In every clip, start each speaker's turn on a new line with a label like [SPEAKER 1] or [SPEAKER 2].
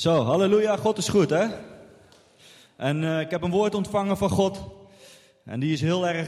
[SPEAKER 1] Zo, halleluja, God is goed, hè? En ik heb een woord ontvangen van God. En die is heel erg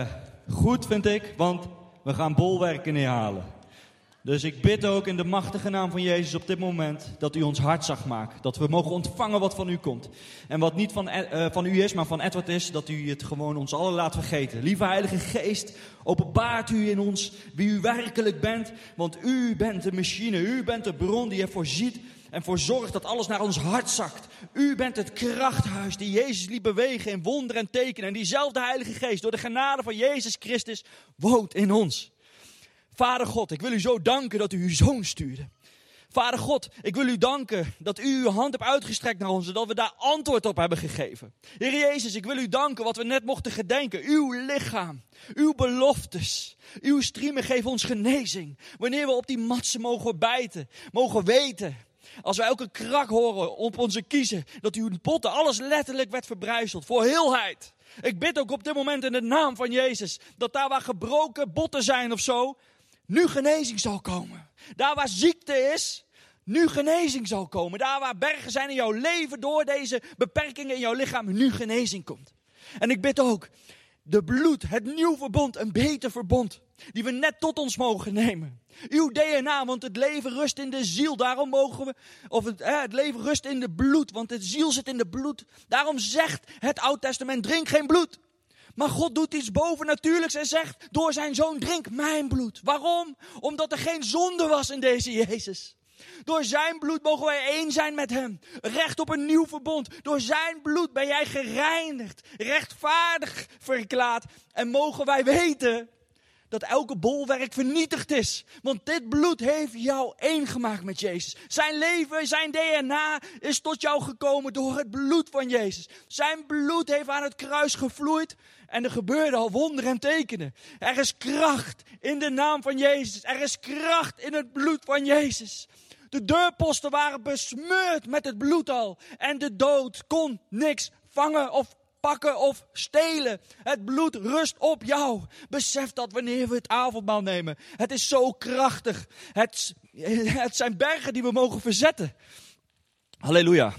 [SPEAKER 1] goed, vind ik, want we gaan bolwerken neerhalen. Dus ik bid ook in de machtige naam van Jezus op dit moment dat u ons hart zacht maakt. Dat we mogen ontvangen wat van u komt. En wat niet van u is, maar van Edward is, dat u het gewoon ons allen laat vergeten. Lieve Heilige Geest, openbaart u in ons wie u werkelijk bent. Want u bent de machine, u bent de bron die ervoor ziet en voor zorgt dat alles naar ons hart zakt. U bent het krachthuis die Jezus liet bewegen in wonderen en tekenen. En diezelfde Heilige Geest, door de genade van Jezus Christus, woont in ons. Vader God, ik wil u zo danken dat u uw zoon stuurde. Vader God, ik wil u danken dat u uw hand hebt uitgestrekt naar ons en dat we daar antwoord op hebben gegeven. Heer Jezus, ik wil u danken wat we net mochten gedenken. Uw lichaam, uw beloftes, uw striemen geven ons genezing. Wanneer we op die matsen mogen bijten, mogen weten, als we elke krak horen op onze kiezen, dat uw botten alles letterlijk werd verbrijzeld voor heelheid. Ik bid ook op dit moment in de naam van Jezus, dat daar waar gebroken botten zijn of zo, nu genezing zal komen. Daar waar ziekte is, nu genezing zal komen. Daar waar bergen zijn in jouw leven door deze beperkingen in jouw lichaam, nu genezing komt. En ik bid ook, de bloed, het nieuw verbond, een beter verbond, die we net tot ons mogen nemen. Uw DNA, want het leven rust in de ziel. Daarom mogen we, het leven rust in de bloed, want de ziel zit in de bloed. Daarom zegt het Oud Testament, drink geen bloed. Maar God doet iets bovennatuurlijks en zegt, door zijn zoon, drink mijn bloed. Waarom? Omdat er geen zonde was in deze Jezus. Door zijn bloed mogen wij één zijn met hem. Recht op een nieuw verbond. Door zijn bloed ben jij gereinigd, rechtvaardig verklaard. En mogen wij weten dat elke bolwerk vernietigd is. Want dit bloed heeft jou één gemaakt met Jezus. Zijn leven, zijn DNA is tot jou gekomen door het bloed van Jezus. Zijn bloed heeft aan het kruis gevloeid. En er gebeurden al wonderen en tekenen. Er is kracht in de naam van Jezus. Er is kracht in het bloed van Jezus. De deurposten waren besmeurd met het bloed al. En de dood kon niks vangen of pakken of stelen. Het bloed rust op jou. Besef dat wanneer we het avondmaal nemen. Het is zo krachtig. Het zijn bergen die we mogen verzetten. Halleluja.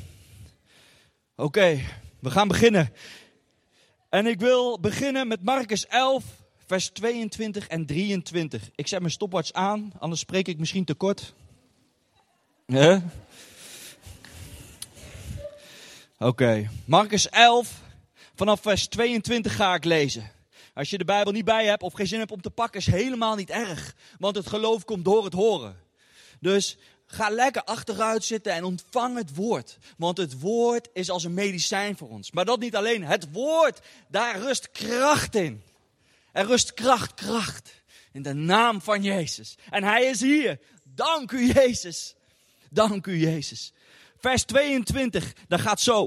[SPEAKER 1] Oké, we gaan beginnen. En ik wil beginnen met Marcus 11, vers 22 en 23. Ik zet mijn stopwatch aan, anders spreek ik misschien te kort. Oké, Marcus 11, vanaf vers 22 ga ik lezen. Als je de Bijbel niet bij hebt of geen zin hebt om te pakken, is helemaal niet erg. Want het geloof komt door het horen. Dus ga lekker achteruit zitten en ontvang het woord. Want het woord is als een medicijn voor ons. Maar dat niet alleen. Het woord, daar rust kracht in. Er rust kracht. In de naam van Jezus. En hij is hier. Dank u Jezus. Dank u Jezus. Vers 22, dat gaat zo.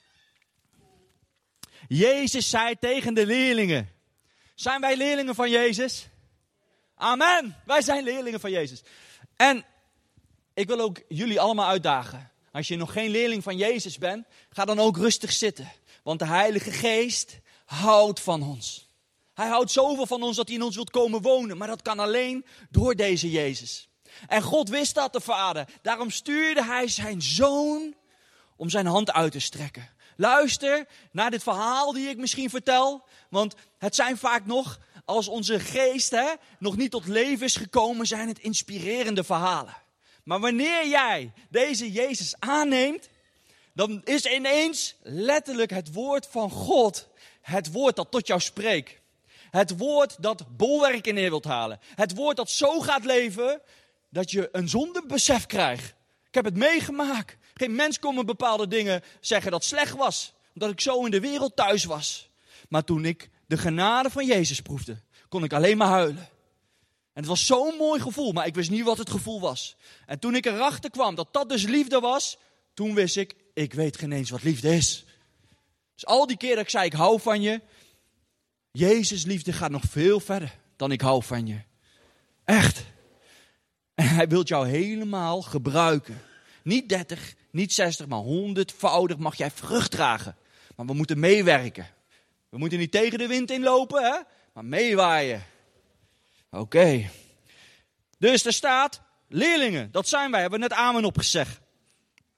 [SPEAKER 1] Jezus zei tegen de leerlingen. Zijn wij leerlingen van Jezus? Amen. Wij zijn leerlingen van Jezus. En ik wil ook jullie allemaal uitdagen. Als je nog geen leerling van Jezus bent, ga dan ook rustig zitten. Want de Heilige Geest houdt van ons. Hij houdt zoveel van ons dat hij in ons wilt komen wonen. Maar dat kan alleen door deze Jezus. En God wist dat, de Vader. Daarom stuurde hij zijn zoon om zijn hand uit te strekken. Luister naar dit verhaal die ik misschien vertel. Want het zijn vaak nog, als onze geest nog niet tot leven is gekomen, zijn het inspirerende verhalen. Maar wanneer jij deze Jezus aanneemt, dan is ineens letterlijk het woord van God het woord dat tot jou spreekt. Het woord dat bolwerken neer wilt halen. Het woord dat zo gaat leven dat je een zondebesef krijgt. Ik heb het meegemaakt. Geen mens kon me bepaalde dingen zeggen dat slecht was. Omdat ik zo in de wereld thuis was. Maar toen ik de genade van Jezus proefde, kon ik alleen maar huilen. En het was zo'n mooi gevoel, maar ik wist niet wat het gevoel was. En toen ik erachter kwam dat dat dus liefde was, toen wist ik weet geen eens wat liefde is. Dus al die keer dat ik zei, ik hou van je, Jezus liefde gaat nog veel verder dan ik hou van je. Echt. En hij wil jou helemaal gebruiken. Niet 30, niet 60, maar 100-voudig mag jij vrucht dragen. Maar we moeten meewerken. We moeten niet tegen de wind inlopen, maar meewaaien. Oké. Dus er staat, leerlingen, dat zijn wij, hebben we net amen opgezegd.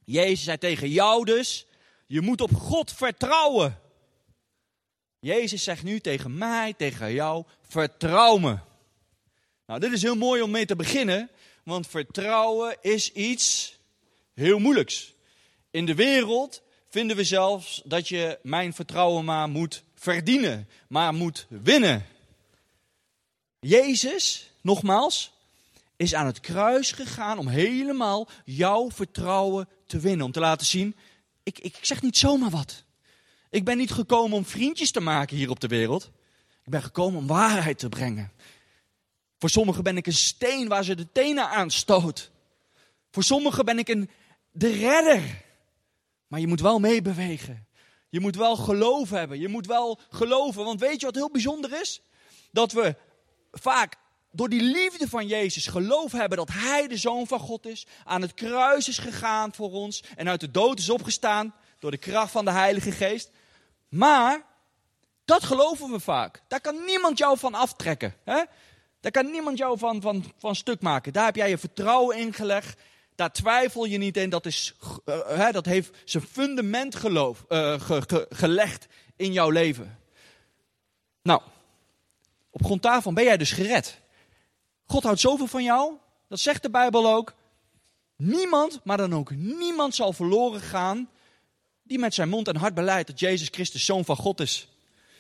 [SPEAKER 1] Jezus zei tegen jou dus, je moet op God vertrouwen. Jezus zegt nu tegen mij, tegen jou, vertrouw me. Nou, dit is heel mooi om mee te beginnen, want vertrouwen is iets heel moeilijks. In de wereld vinden we zelfs dat je mijn vertrouwen maar moet verdienen, maar moet winnen. Jezus, nogmaals, is aan het kruis gegaan om helemaal jouw vertrouwen te winnen. Om te laten zien, ik zeg niet zomaar wat. Ik ben niet gekomen om vriendjes te maken hier op de wereld. Ik ben gekomen om waarheid te brengen. Voor sommigen ben ik een steen waar ze de tenen aan stoot. Voor sommigen ben ik de redder. Maar je moet wel meebewegen. Je moet wel geloof hebben. Je moet wel geloven. Want weet je wat heel bijzonder is? Dat we vaak door die liefde van Jezus geloof hebben dat Hij de Zoon van God is. Aan het kruis is gegaan voor ons. En uit de dood is opgestaan door de kracht van de Heilige Geest. Maar dat geloven we vaak. Daar kan niemand jou van aftrekken. Hè? Daar kan niemand jou van stuk maken. Daar heb jij je vertrouwen in gelegd. Daar twijfel je niet in. Dat heeft zijn fundament gelegd in jouw leven. Nou, op grond daarvan ben jij dus gered. God houdt zoveel van jou. Dat zegt de Bijbel ook. Niemand, maar dan ook niemand zal verloren gaan die met zijn mond en hart beleidt dat Jezus Christus Zoon van God is.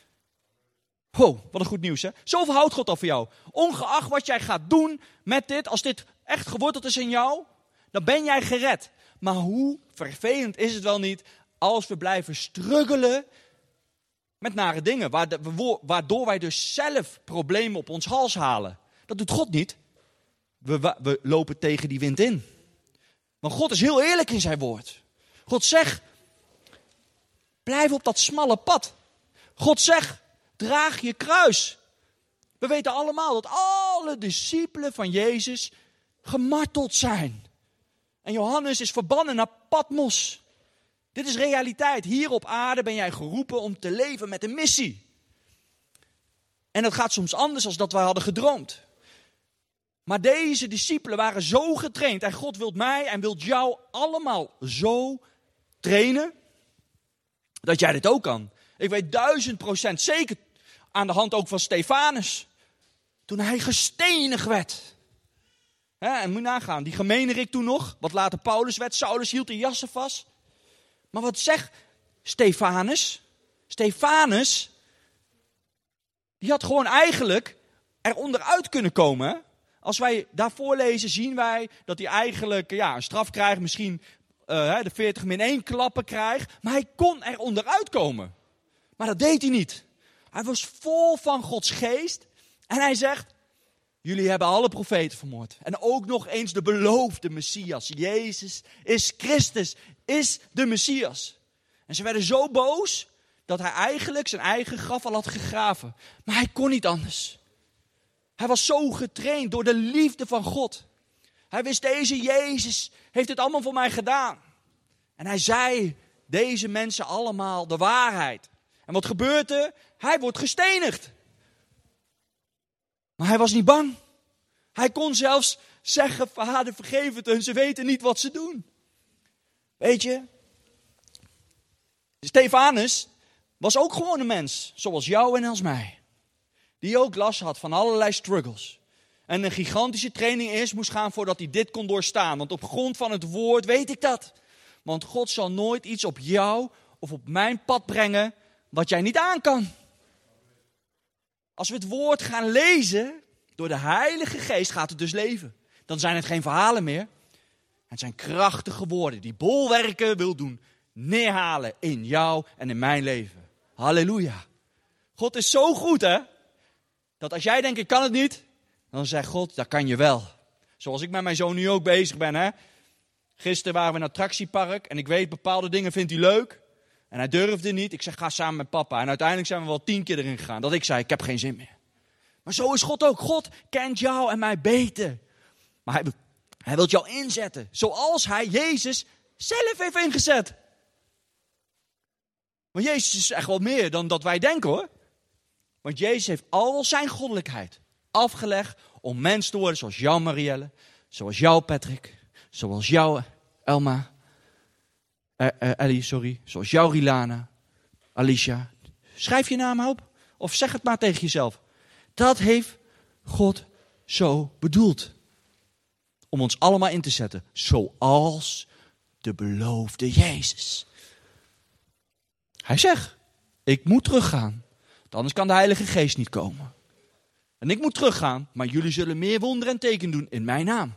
[SPEAKER 1] Wow, wat een goed nieuws, hè? Zoveel houdt God al van jou. Ongeacht wat jij gaat doen met dit, als dit echt geworteld is in jou, dan ben jij gered. Maar hoe vervelend is het wel niet als we blijven struggelen met nare dingen, waardoor wij dus zelf problemen op ons hals halen. Dat doet God niet. We lopen tegen die wind in. Want God is heel eerlijk in zijn woord. God zegt, blijf op dat smalle pad. God zegt, draag je kruis. We weten allemaal dat alle discipelen van Jezus gemarteld zijn. En Johannes is verbannen naar Patmos. Dit is realiteit. Hier op aarde ben jij geroepen om te leven met een missie. En dat gaat soms anders dan dat wij hadden gedroomd. Maar deze discipelen waren zo getraind. En God wilt mij en wilt jou allemaal zo trainen, dat jij dit ook kan. Ik weet 1000% zeker aan de hand ook van Stefanus. Toen hij gestenigd werd. En moet je nagaan, die gemeenerik toen nog, wat later Paulus werd. Saulus hield de jassen vast. Maar wat zegt Stefanus? Stefanus, die had gewoon eigenlijk eronder uit kunnen komen. Hè? Als wij daarvoor lezen, zien wij dat hij eigenlijk een straf krijgt. Misschien de 40-1 klappen krijgt. Maar hij kon eronder uitkomen. Maar dat deed hij niet. Hij was vol van Gods geest. En hij zegt, jullie hebben alle profeten vermoord. En ook nog eens de beloofde Messias. Jezus is Christus, is de Messias. En ze werden zo boos dat hij eigenlijk zijn eigen graf al had gegraven. Maar hij kon niet anders. Hij was zo getraind door de liefde van God. Hij wist, deze Jezus heeft dit allemaal voor mij gedaan. En hij zei deze mensen allemaal de waarheid. En wat gebeurt er? Hij wordt gestenigd. Maar hij was niet bang. Hij kon zelfs zeggen, Vader, vergeef het hun, ze weten niet wat ze doen. Weet je, Stefanus was ook gewoon een mens, zoals jou en als mij. Die ook last had van allerlei struggles. En een gigantische training eerst moest gaan voordat hij dit kon doorstaan. Want op grond van het woord weet ik dat. Want God zal nooit iets op jou of op mijn pad brengen wat jij niet aan kan. Als we het woord gaan lezen, door de Heilige Geest gaat het dus leven. Dan zijn het geen verhalen meer. Het zijn krachtige woorden die bolwerken wil doen neerhalen in jou en in mijn leven. Halleluja. God is zo goed, hè? Dat als jij denkt, ik kan het niet, dan zegt God, dat kan je wel. Zoals ik met mijn zoon nu ook bezig ben, hè? Gisteren waren we in het attractiepark en ik weet, bepaalde dingen vindt hij leuk. En hij durfde niet. Ik zeg, ga samen met papa. En uiteindelijk zijn we wel 10 keer erin gegaan. Dat ik zei, ik heb geen zin meer. Maar zo is God ook. God kent jou en mij beter. Maar hij wil jou inzetten. Zoals hij Jezus zelf heeft ingezet. Want Jezus is echt wel meer dan dat wij denken, hoor. Want Jezus heeft al zijn goddelijkheid afgelegd om mens te worden zoals jou, Marielle. Zoals jou, Patrick. Zoals jou, Elma.
[SPEAKER 2] Ellie, zoals jou, Rilana, Alicia. Schrijf je naam op of zeg het maar tegen jezelf. Dat heeft God zo bedoeld. Om ons allemaal in te zetten. Zoals de beloofde Jezus. Hij zegt, ik moet teruggaan. Want anders kan de Heilige Geest niet komen. En ik moet teruggaan, maar jullie zullen meer wonderen en tekenen doen in mijn naam.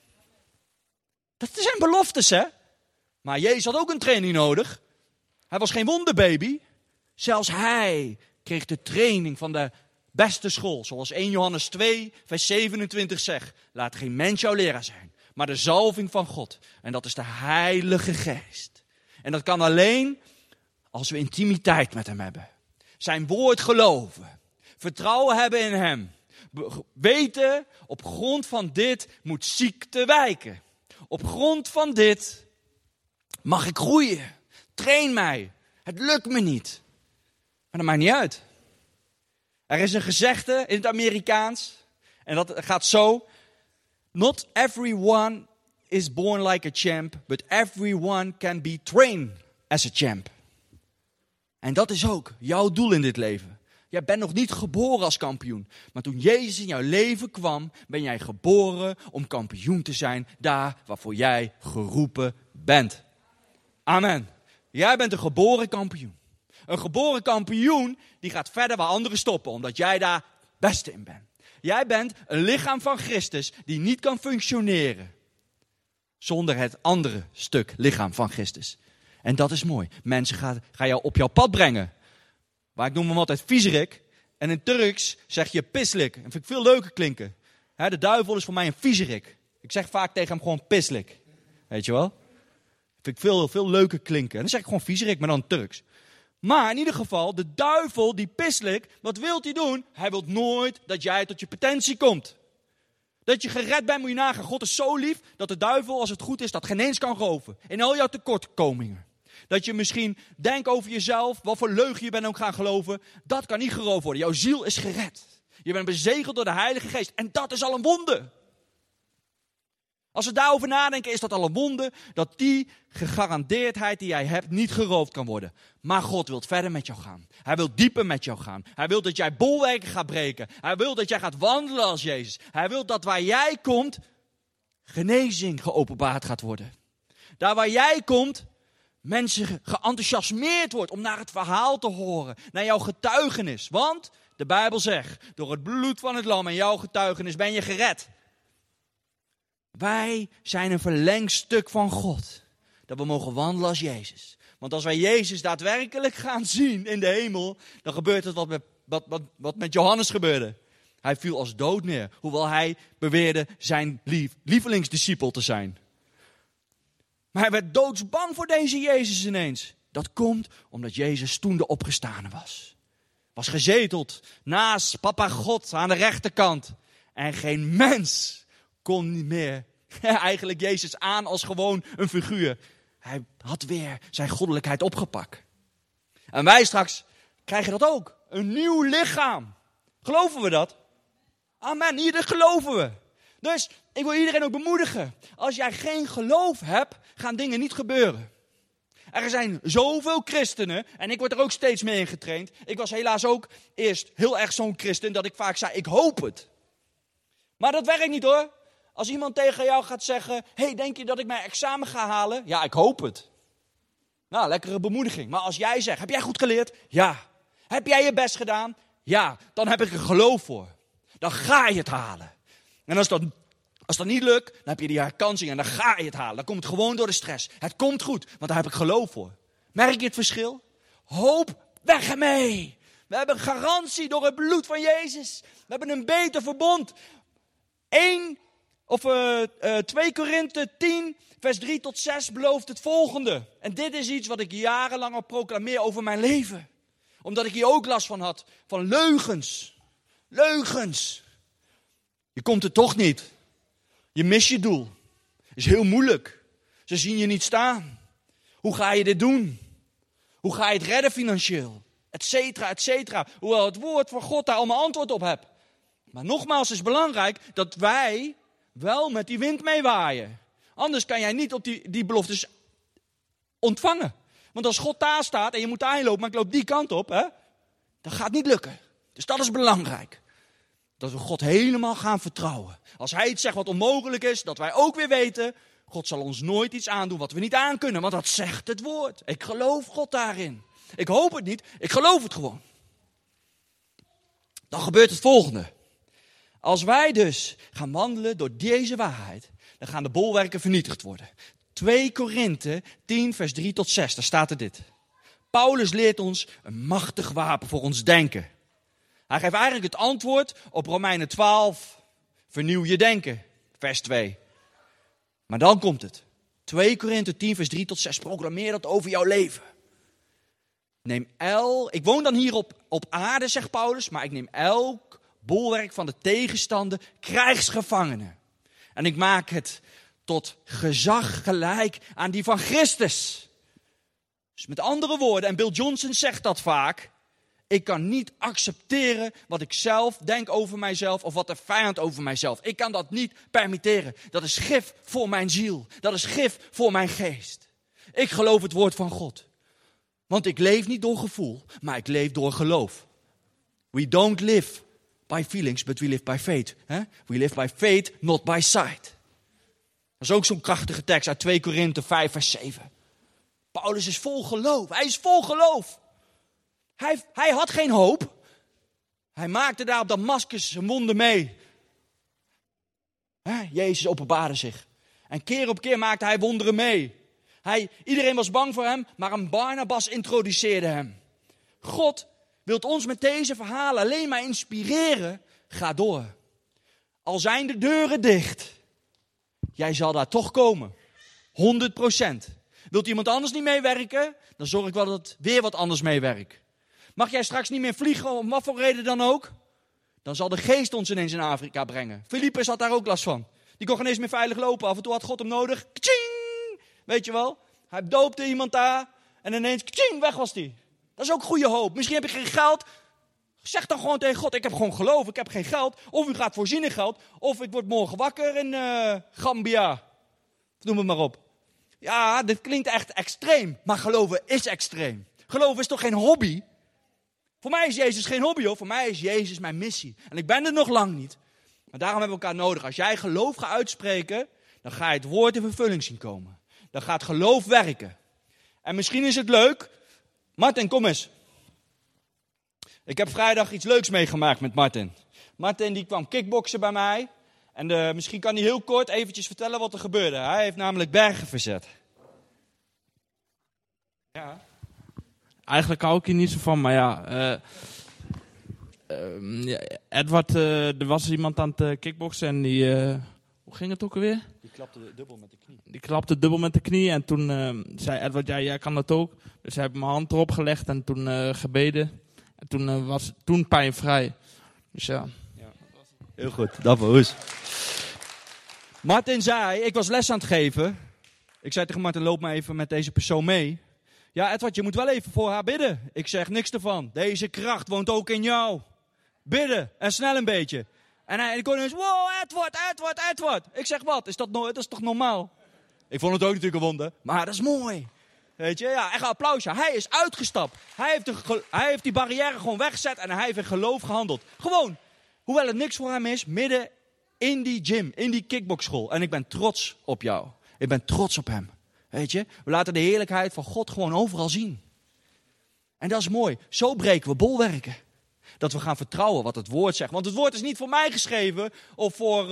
[SPEAKER 2] Dat zijn beloftes, hè? Maar Jezus had ook een training nodig. Hij was geen wonderbaby. Zelfs hij kreeg de training van de beste school. Zoals 1 Johannes 2, vers 27 zegt. Laat geen mens jouw leraar zijn, maar de zalving van God. En dat is de Heilige Geest. En dat kan alleen als we intimiteit met hem hebben. Zijn woord geloven. Vertrouwen hebben in hem. Weten, op grond van dit moet ziekte wijken. Op grond van dit mag ik groeien. Train mij. Het lukt me niet. Maar dat maakt niet uit. Er is een gezegde in het Amerikaans. En dat gaat zo. Not everyone is born like a champ. But everyone can be trained as a champ. En dat is ook jouw doel in dit leven. Jij bent nog niet geboren als kampioen. Maar toen Jezus in jouw leven kwam, ben jij geboren om kampioen te zijn. Daar waarvoor jij geroepen bent. Amen. Jij bent een geboren kampioen. Een geboren kampioen die gaat verder waar anderen stoppen. Omdat jij daar beste in bent. Jij bent een lichaam van Christus die niet kan functioneren. Zonder het andere stuk lichaam van Christus. En dat is mooi. Mensen gaan jou op jouw pad brengen. Maar ik noem hem altijd viezerik. En in Turks zeg je pislik. Dat vind ik veel leuker klinken. De duivel is voor mij een viezerik. Ik zeg vaak tegen hem gewoon pislik. Weet je wel? Dat vind ik veel leuker klinken. En dan zeg ik gewoon viezerik, maar dan Turks. Maar in ieder geval, de duivel, die pislik, wat wil hij doen? Hij wil nooit dat jij tot je potentie komt. Dat je gered bent, moet je nagaan. God is zo lief dat de duivel, als het goed is, dat geen eens kan geloven. In al jouw tekortkomingen. Dat je misschien denkt over jezelf, wat voor leugen je bent ook gaan geloven. Dat kan niet geloofd worden. Jouw ziel is gered. Je bent bezegeld door de Heilige Geest. En dat is al een wonder. Als we daarover nadenken, is dat al een wonder. Dat die gegarandeerdheid die jij hebt niet geroofd kan worden. Maar God wil verder met jou gaan. Hij wil dieper met jou gaan. Hij wil dat jij bolwerken gaat breken. Hij wil dat jij gaat wandelen als Jezus. Hij wil dat waar jij komt, genezing geopenbaard gaat worden. Daar waar jij komt, mensen geenthousiasmeerd wordt om naar het verhaal te horen. Naar jouw getuigenis. Want de Bijbel zegt, door het bloed van het lam en jouw getuigenis ben je gered. Wij zijn een verlengstuk van God. Dat we mogen wandelen als Jezus. Want als wij Jezus daadwerkelijk gaan zien in de hemel, dan gebeurt het wat met Johannes gebeurde. Hij viel als dood neer, hoewel hij beweerde zijn lievelingsdiscipel te zijn. Maar hij werd doodsbang voor deze Jezus ineens. Dat komt omdat Jezus toen de opgestane was. Was gezeteld naast papa God aan de rechterkant. En geen mens kon niet meer eigenlijk Jezus aan als gewoon een figuur. Hij had weer zijn goddelijkheid opgepakt. En wij straks krijgen dat ook. Een nieuw lichaam. Geloven we dat? Amen, hier geloven we. Dus ik wil iedereen ook bemoedigen. Als jij geen geloof hebt, gaan dingen niet gebeuren. Er zijn zoveel christenen, en ik word er ook steeds mee in getraind. Ik was helaas ook eerst heel erg zo'n christen dat ik vaak zei, ik hoop het. Maar dat werkt niet hoor. Als iemand tegen jou gaat zeggen, hey, denk je dat ik mijn examen ga halen? Ja, ik hoop het. Nou, lekkere bemoediging. Maar als jij zegt, heb jij goed geleerd? Ja. Heb jij je best gedaan? Ja. Dan heb ik er geloof voor. Dan ga je het halen. En als dat niet lukt, dan heb je die herkansing en dan ga je het halen. Dan komt het gewoon door de stress. Het komt goed, want daar heb ik geloof voor. Merk je het verschil? Hoop, weg ermee. We hebben garantie door het bloed van Jezus. We hebben een beter verbond. 2 Korinthe 10, vers 3 tot 6 belooft het volgende. En dit is iets wat ik jarenlang al proclameer over mijn leven. Omdat ik hier ook last van had. Van leugens. Leugens. Je komt er toch niet. Je mist je doel. Is heel moeilijk. Ze zien je niet staan. Hoe ga je dit doen? Hoe ga je het redden financieel? Etcetera, etcetera. Hoewel het woord van God daar allemaal antwoord op hebt. Maar nogmaals is belangrijk dat wij wel met die wind meewaaien. Anders kan jij niet op die beloftes ontvangen. Want als God daar staat en je moet daarheen lopen, maar ik loop die kant op, hè, dat gaat niet lukken. Dus dat is belangrijk. Dat we God helemaal gaan vertrouwen. Als hij iets zegt wat onmogelijk is, dat wij ook weer weten, God zal ons nooit iets aandoen wat we niet aankunnen. Want dat zegt het woord. Ik geloof God daarin. Ik hoop het niet, ik geloof het gewoon. Dan gebeurt het volgende. Als wij dus gaan wandelen door deze waarheid, dan gaan de bolwerken vernietigd worden. 2 Korinthe 10 vers 3 tot 6, daar staat er dit. Paulus leert ons een machtig wapen voor ons denken. Hij geeft eigenlijk het antwoord op Romeinen 12, vernieuw je denken, vers 2. Maar dan komt het. 2 Korinthe 10 vers 3 tot 6, proclameer dat over jouw leven. Ik woon dan hier op aarde, zegt Paulus, maar ik neem elk bolwerk van de tegenstander, krijgsgevangenen. En ik maak het tot gezag gelijk aan die van Christus. Dus met andere woorden, en Bill Johnson zegt dat vaak, ik kan niet accepteren wat ik zelf denk over mijzelf of wat de vijand over mijzelf. Ik kan dat niet permitteren. Dat is gif voor mijn ziel. Dat is gif voor mijn geest. Ik geloof het woord van God. Want ik leef niet door gevoel, maar ik leef door geloof. We don't live by feelings, but we live by faith. We live by faith, not by sight. Dat is ook zo'n krachtige tekst uit 2 Korinthe 5 vers 7. Paulus is vol geloof. Hij is vol geloof. Hij had geen hoop. Hij maakte daar op Damascus zijn wonden mee. Jezus openbaarde zich. En keer op keer maakte hij wonderen mee. Iedereen was bang voor hem, maar een Barnabas introduceerde hem. God wil ons met deze verhalen alleen maar inspireren. Ga door. Al zijn de deuren dicht. Jij zal daar toch komen. 100%. Wilt iemand anders niet meewerken? Dan zorg ik wel dat weer wat anders meewerkt. Mag jij straks niet meer vliegen, om wat voor reden dan ook? Dan zal de geest ons ineens in Afrika brengen. Filippus had daar ook last van. Die kon geen eens meer veilig lopen. Af en toe had God hem nodig. Kaching! Weet je wel? Hij doopte iemand daar. En ineens, kaching, weg was hij. Dat is ook goede hoop. Misschien heb je geen geld. Zeg dan gewoon tegen God, ik heb gewoon geloof. Ik heb geen geld. Of u gaat voorzien in geld. Of ik word morgen wakker in Gambia. Noem het maar op. Ja, dit klinkt echt extreem. Maar geloven is extreem. Geloven is toch geen hobby? Voor mij is Jezus geen hobby hoor. Voor mij is Jezus mijn missie. En ik ben er nog lang niet. Maar daarom hebben we elkaar nodig. Als jij geloof gaat uitspreken, dan ga je het woord in vervulling zien komen. Dan gaat geloof werken. En misschien is het leuk. Martin, kom eens. Ik heb vrijdag iets leuks meegemaakt met Martin. Martin die kwam kickboksen bij mij. En misschien kan hij heel kort eventjes vertellen wat er gebeurde. Hij heeft namelijk bergen verzet. Ja.
[SPEAKER 3] Eigenlijk hou ik hier niet zo van, maar ja. Edward, er was iemand aan het kickboksen en die... hoe ging het ook alweer?
[SPEAKER 1] Die klapte dubbel met de knie.
[SPEAKER 3] Die klapte dubbel met de knie en toen zei Edward, ja, jij kan dat ook. Dus hij heeft mijn hand erop gelegd en toen gebeden. En toen was toen pijnvrij. Dus ja.
[SPEAKER 1] Heel goed, dat was. Martin zei, ik was les aan het geven. Ik zei tegen Martin, loop maar even met deze persoon mee. Ja, Edward, je moet wel even voor haar bidden. Ik zeg niks ervan. Deze kracht woont ook in jou. Bidden en snel een beetje. En ik kon eens, wow, Edward. Ik zeg, wat? Dat is toch normaal? Ik vond het ook natuurlijk een wonder, maar dat is mooi. Weet je, ja, echt een applausje. Hij is uitgestapt. Hij heeft die barrière gewoon weggezet en hij heeft in geloof gehandeld. Gewoon, hoewel het niks voor hem is, midden in die gym, in die kickboxschool. En ik ben trots op jou. Ik ben trots op hem. Weet je, we laten de heerlijkheid van God gewoon overal zien. En dat is mooi. Zo breken we bolwerken. Dat we gaan vertrouwen wat het woord zegt. Want het woord is niet voor mij geschreven of voor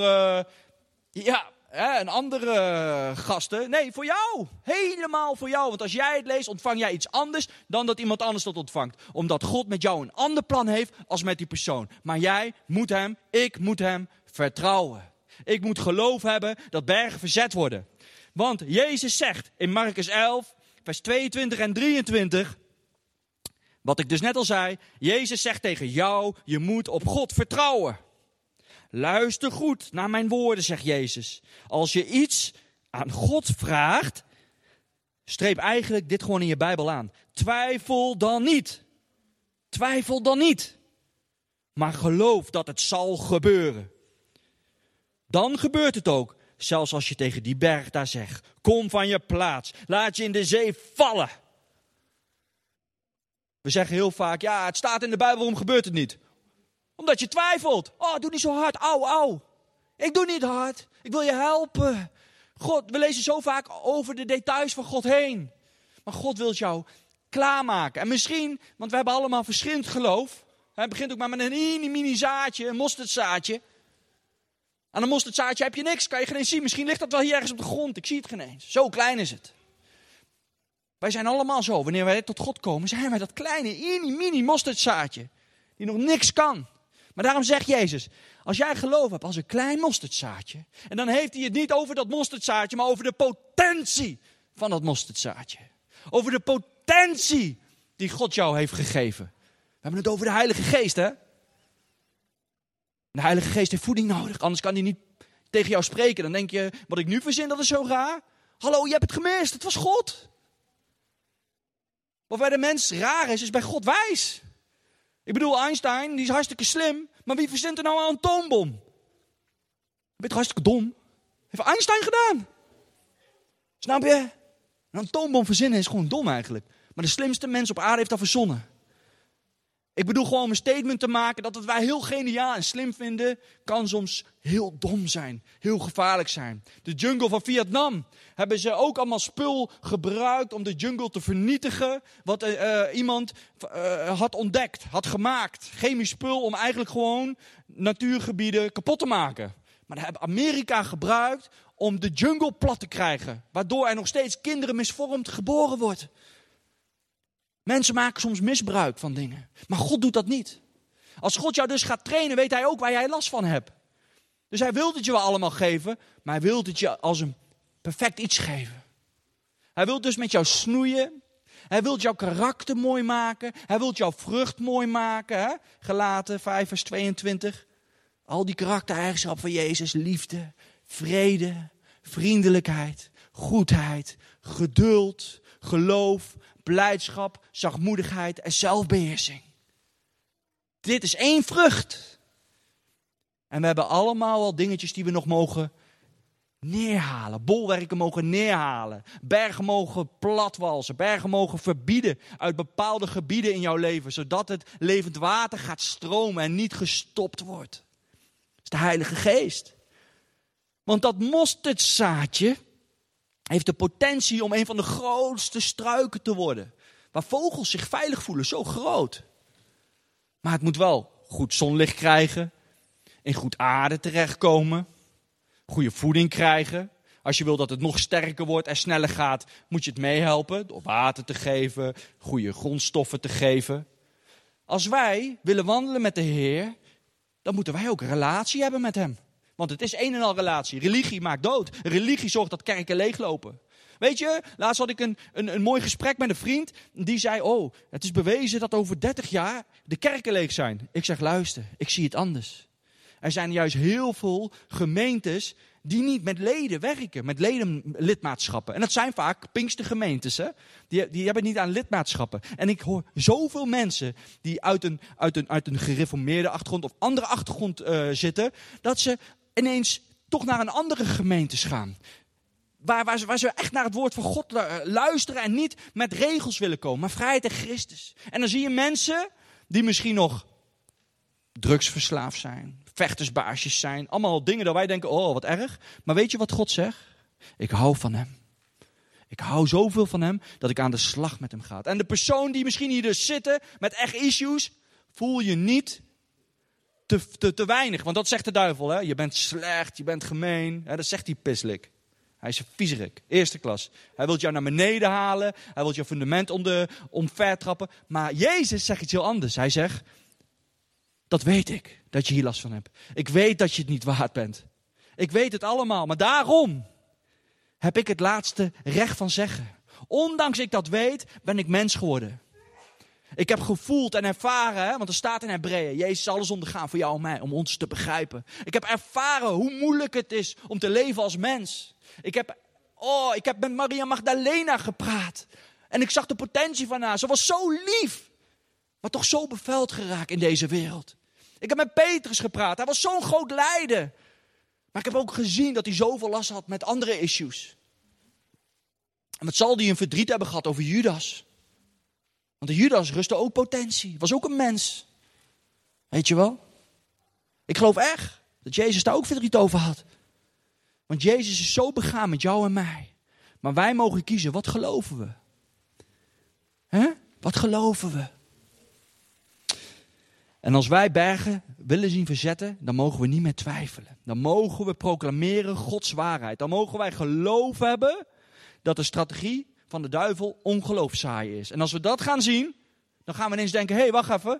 [SPEAKER 1] een andere gasten. Nee, voor jou. Helemaal voor jou. Want als jij het leest, ontvang jij iets anders dan dat iemand anders dat ontvangt. Omdat God met jou een ander plan heeft als met die persoon. Maar ik moet hem vertrouwen. Ik moet geloof hebben dat bergen verzet worden. Want Jezus zegt in Marcus 11, vers 22 en 23... Wat ik dus net al zei, Jezus zegt tegen jou, je moet op God vertrouwen. Luister goed naar mijn woorden, zegt Jezus. Als je iets aan God vraagt, streep eigenlijk dit gewoon in je Bijbel aan. Twijfel dan niet. Twijfel dan niet. Maar geloof dat het zal gebeuren. Dan gebeurt het ook.
[SPEAKER 2] Zelfs als je tegen die berg daar zegt, kom van je plaats, laat je in de zee vallen. We zeggen heel vaak, ja, het staat in de Bijbel, waarom gebeurt het niet? Omdat je twijfelt. Oh, doe niet zo hard, au. Ik doe niet hard, ik wil je helpen. God, we lezen zo vaak over de details van God heen. Maar God wil jou klaarmaken. En misschien, want we hebben allemaal verschillend geloof. Het begint ook maar met een mini zaadje, een mosterdzaadje. Aan een mosterdzaadje heb je niks, kan je geen eens zien. Misschien ligt dat wel hier ergens op de grond, ik zie het geen eens. Zo klein is het. Wij zijn allemaal zo, wanneer wij tot God komen, zijn wij dat kleine mini mosterdzaadje. Die nog niks kan. Maar daarom zegt Jezus, als jij geloof hebt als een klein mosterdzaadje. En dan heeft hij het niet over dat mosterdzaadje, maar over de potentie van dat mosterdzaadje. Over de potentie die God jou heeft gegeven. We hebben het over de Heilige Geest, hè? De Heilige Geest heeft voeding nodig, anders kan hij niet tegen jou spreken. Dan denk je, wat ik nu verzin, dat is zo raar. Hallo, je hebt het gemist, het was God. Wat bij de mens raar is bij God wijs. Ik bedoel, Einstein, die is hartstikke slim. Maar wie verzint er nou een atoombom? Je bent toch hartstikke dom? Heeft Einstein gedaan. Snap je? Een atoombom verzinnen is gewoon dom eigenlijk. Maar de slimste mens op aarde heeft dat verzonnen. Ik bedoel gewoon om een statement te maken dat wat wij heel geniaal en slim vinden, kan soms heel dom zijn. Heel gevaarlijk zijn. De jungle van Vietnam hebben ze ook allemaal spul gebruikt om de jungle te vernietigen. Wat iemand had ontdekt, had gemaakt. Chemisch spul om eigenlijk gewoon natuurgebieden kapot te maken. Maar dat heeft Amerika gebruikt om de jungle plat te krijgen. Waardoor er nog steeds kinderen misvormd geboren worden. Mensen maken soms misbruik van dingen. Maar God doet dat niet. Als God jou dus gaat trainen, weet hij ook waar jij last van hebt. Dus hij wil het je wel allemaal geven, maar hij wil het je als een perfect iets geven. Hij wil dus met jou snoeien. Hij wil jouw karakter mooi maken. Hij wil jouw vrucht mooi maken. Hè? Galaten 5 vers 22. Al die karaktereigenschappen van Jezus. Liefde, vrede, vriendelijkheid, goedheid, geduld, geloof, blijdschap, zachtmoedigheid en zelfbeheersing. Dit is 1 vrucht. En we hebben allemaal al dingetjes die we nog mogen neerhalen. Bolwerken mogen neerhalen. Bergen mogen platwalsen. Bergen mogen verbieden uit bepaalde gebieden in jouw leven. Zodat het levend water gaat stromen en niet gestopt wordt. Dat is de Heilige Geest. Want dat mosterdzaadje heeft de potentie om een van de grootste struiken te worden. Waar vogels zich veilig voelen, zo groot. Maar het moet wel goed zonlicht krijgen. In goed aarde terechtkomen. Goede voeding krijgen. Als je wil dat het nog sterker wordt en sneller gaat, moet je het meehelpen. Door water te geven, goede grondstoffen te geven. Als wij willen wandelen met de Heer, dan moeten wij ook een relatie hebben met hem. Want het is een en al relatie. Religie maakt dood. Religie zorgt dat kerken leeglopen. Weet je, laatst had ik een mooi gesprek met een vriend. Die zei, oh, het is bewezen dat over 30 jaar de kerken leeg zijn. Ik zeg, luister, ik zie het anders. Er zijn juist heel veel gemeentes die niet met leden werken. Met ledenlidmaatschappen. En dat zijn vaak Pinkstergemeentes. Hè? Die hebben niet aan lidmaatschappen. En ik hoor zoveel mensen die uit een gereformeerde achtergrond of andere achtergrond zitten. Dat ze ineens toch naar een andere gemeente gaan. Waar ze echt naar het woord van God luisteren en niet met regels willen komen. Maar vrijheid in Christus. En dan zie je mensen die misschien nog drugsverslaafd zijn. Vechtersbaasjes zijn. Allemaal dingen dat wij denken, oh wat erg. Maar weet je wat God zegt? Ik hou van hem. Ik hou zoveel van hem dat ik aan de slag met hem ga. En de persoon die misschien hier dus zitten met echt issues, voel je niet te weinig. Want dat zegt de duivel. Hè? Je bent slecht, je bent gemeen. Hè? Dat zegt die pislik. Hij is een viezerik, eerste klas. Hij wil jou naar beneden halen. Hij wil jouw fundament omver trappen. Maar Jezus zegt iets heel anders. Hij zegt, dat weet ik, dat je hier last van hebt. Ik weet dat je het niet waard bent. Ik weet het allemaal, maar daarom heb ik het laatste recht van zeggen. Ondanks ik dat weet, ben ik mens geworden. Ik heb gevoeld en ervaren, hè, want er staat in Hebreeën, Jezus is alles ondergaan voor jou en mij, om ons te begrijpen. Ik heb ervaren hoe moeilijk het is om te leven als mens. Ik heb met Maria Magdalena gepraat. En ik zag de potentie van haar. Ze was zo lief, maar toch zo bevuild geraakt in deze wereld. Ik heb met Petrus gepraat. Hij was zo'n groot lijden. Maar ik heb ook gezien dat hij zoveel last had met andere issues. En wat zal hij een verdriet hebben gehad over Judas? Want de Judas rustte ook potentie. Was ook een mens. Weet je wel? Ik geloof echt dat Jezus daar ook verdriet over had. Want Jezus is zo begaan met jou en mij. Maar wij mogen kiezen, wat geloven we? Hè? Wat geloven we? En als wij bergen willen zien verzetten, dan mogen we niet meer twijfelen. Dan mogen we proclameren Gods waarheid. Dan mogen wij geloof hebben dat de strategie van de duivel ongeloof zaaien is. En als we dat gaan zien, dan gaan we ineens denken, hé, wacht even.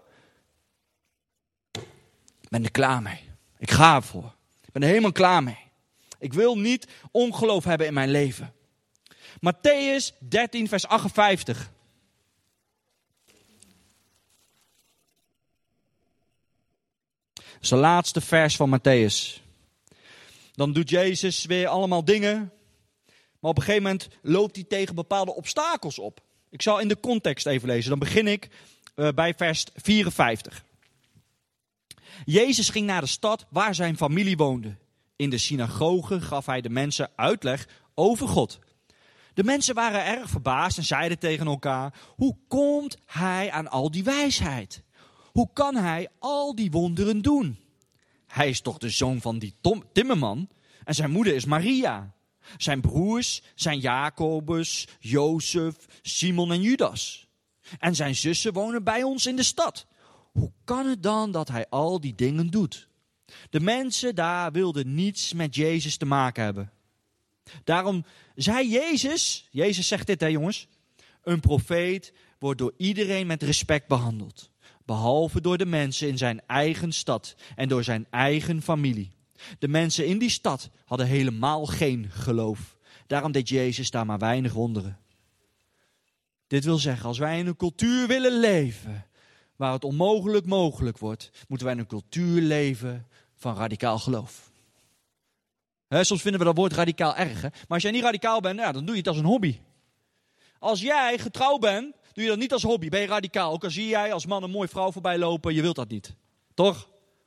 [SPEAKER 2] Ik ben er klaar mee. Ik ga ervoor. Ik ben er helemaal klaar mee. Ik wil niet ongeloof hebben in mijn leven. Mattheüs 13, vers 58. Dat is de laatste vers van Mattheüs. Dan doet Jezus weer allemaal dingen. Maar op een gegeven moment loopt hij tegen bepaalde obstakels op. Ik zal in de context even lezen. Dan begin ik bij vers 54. Jezus ging naar de stad waar zijn familie woonde. In de synagoge gaf hij de mensen uitleg over God. De mensen waren erg verbaasd en zeiden tegen elkaar: hoe komt hij aan al die wijsheid? Hoe kan hij al die wonderen doen? Hij is toch de zoon van die timmerman en zijn moeder is Maria. Zijn broers zijn Jacobus, Jozef, Simon en Judas. En zijn zussen wonen bij ons in de stad. Hoe kan het dan dat hij al die dingen doet? De mensen daar wilden niets met Jezus te maken hebben. Daarom zei Jezus zegt dit hè jongens, een profeet wordt door iedereen met respect behandeld. Behalve door de mensen in zijn eigen stad en door zijn eigen familie. De mensen in die stad hadden helemaal geen geloof. Daarom deed Jezus daar maar weinig wonderen. Dit wil zeggen, als wij in een cultuur willen leven waar het onmogelijk mogelijk wordt, moeten wij in een cultuur leven van radicaal geloof. Soms vinden we dat woord radicaal erg. Hè? Maar als jij niet radicaal bent, dan doe je het als een hobby. Als jij getrouwd bent, doe je dat niet als hobby. Ben je radicaal. Ook al zie jij als man een mooie vrouw voorbij lopen, je wilt dat niet. Toch?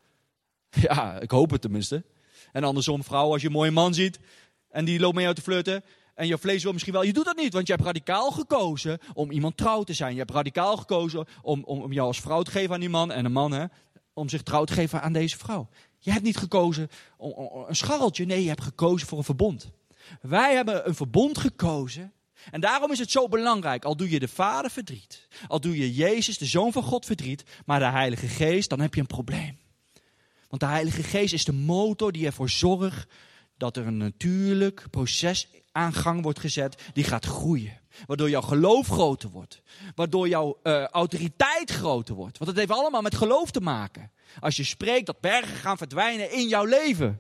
[SPEAKER 2] Ja, ik hoop het tenminste. En andersom, vrouw, als je een mooie man ziet en die loopt mee jou te flirten en je vlees wil misschien wel, je doet dat niet. Want je hebt radicaal gekozen om iemand trouw te zijn. Je hebt radicaal gekozen om jou als vrouw te geven aan die man en een man om zich trouw te geven aan deze vrouw. Je hebt niet gekozen om een scharreltje. Nee, je hebt gekozen voor een verbond. Wij hebben een verbond gekozen. En daarom is het zo belangrijk. Al doe je de Vader verdriet. Al doe je Jezus, de Zoon van God, verdriet. Maar de Heilige Geest, dan heb je een probleem. Want de Heilige Geest is de motor die ervoor zorgt dat er een natuurlijk proces aan gang wordt gezet. Die gaat groeien. Waardoor jouw geloof groter wordt. Waardoor jouw autoriteit groter wordt. Want het heeft allemaal met geloof te maken. Als je spreekt dat bergen gaan verdwijnen in jouw leven.